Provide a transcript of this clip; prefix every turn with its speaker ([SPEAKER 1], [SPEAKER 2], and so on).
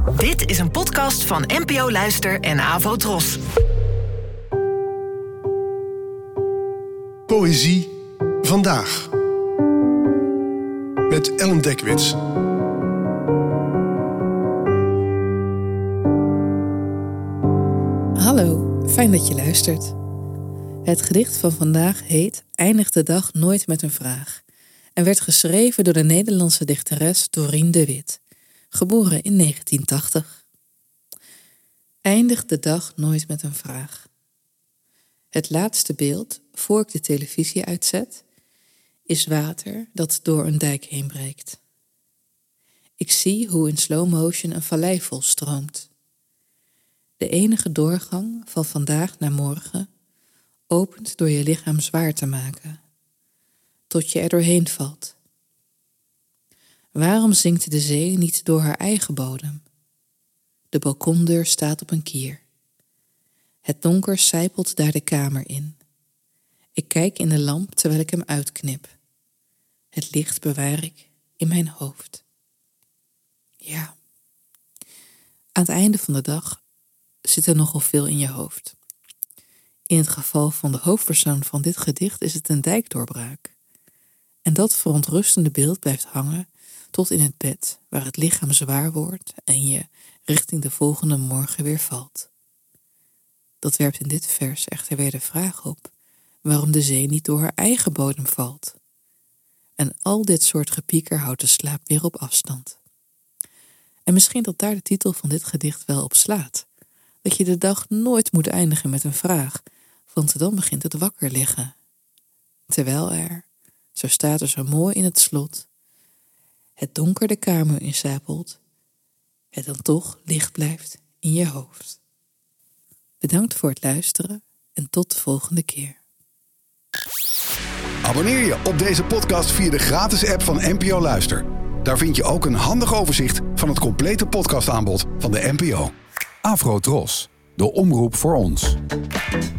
[SPEAKER 1] Dit is een podcast van NPO Luister en Avo Tros.
[SPEAKER 2] Poëzie vandaag. Met Ellen Dekwits.
[SPEAKER 3] Hallo, fijn dat je luistert. Het gedicht van vandaag heet Eindig de dag nooit met een vraag en werd geschreven door de Nederlandse dichteres Dorien de Wit, geboren in 1980. Eindig de dag nooit met een vraag. Het laatste beeld, voor ik de televisie uitzet, is water dat door een dijk heen breekt. Ik zie hoe in slow motion een vallei volstroomt. De enige doorgang van vandaag naar morgen opent door je lichaam zwaar te maken, tot je er doorheen valt. Waarom zinkt de zee niet door haar eigen bodem? De balkondeur staat op een kier. Het donker sijpelt daar de kamer in. Ik kijk in de lamp terwijl ik hem uitknip. Het licht bewaar ik in mijn hoofd. Ja, aan het einde van de dag zit er nogal veel in je hoofd. In het geval van de hoofdpersoon van dit gedicht is het een dijkdoorbraak. En dat verontrustende beeld blijft hangen tot in het bed, waar het lichaam zwaar wordt en je richting de volgende morgen weer valt. Dat werpt in dit vers echter weer de vraag op waarom de zee niet door haar eigen bodem valt. En al dit soort gepieker houdt de slaap weer op afstand. En misschien dat daar de titel van dit gedicht wel op slaat. Dat je de dag nooit moet eindigen met een vraag, want dan begint het wakker liggen. Terwijl er, zo staat er zo mooi in het slot, het donker de kamer incijpelt, het dan toch licht blijft in je hoofd. Bedankt voor het luisteren en tot de volgende keer.
[SPEAKER 4] Abonneer je op deze podcast via de gratis app van NPO Luister. Daar vind je ook een handig overzicht van het complete podcastaanbod van de NPO. Avo Tros, de omroep voor ons.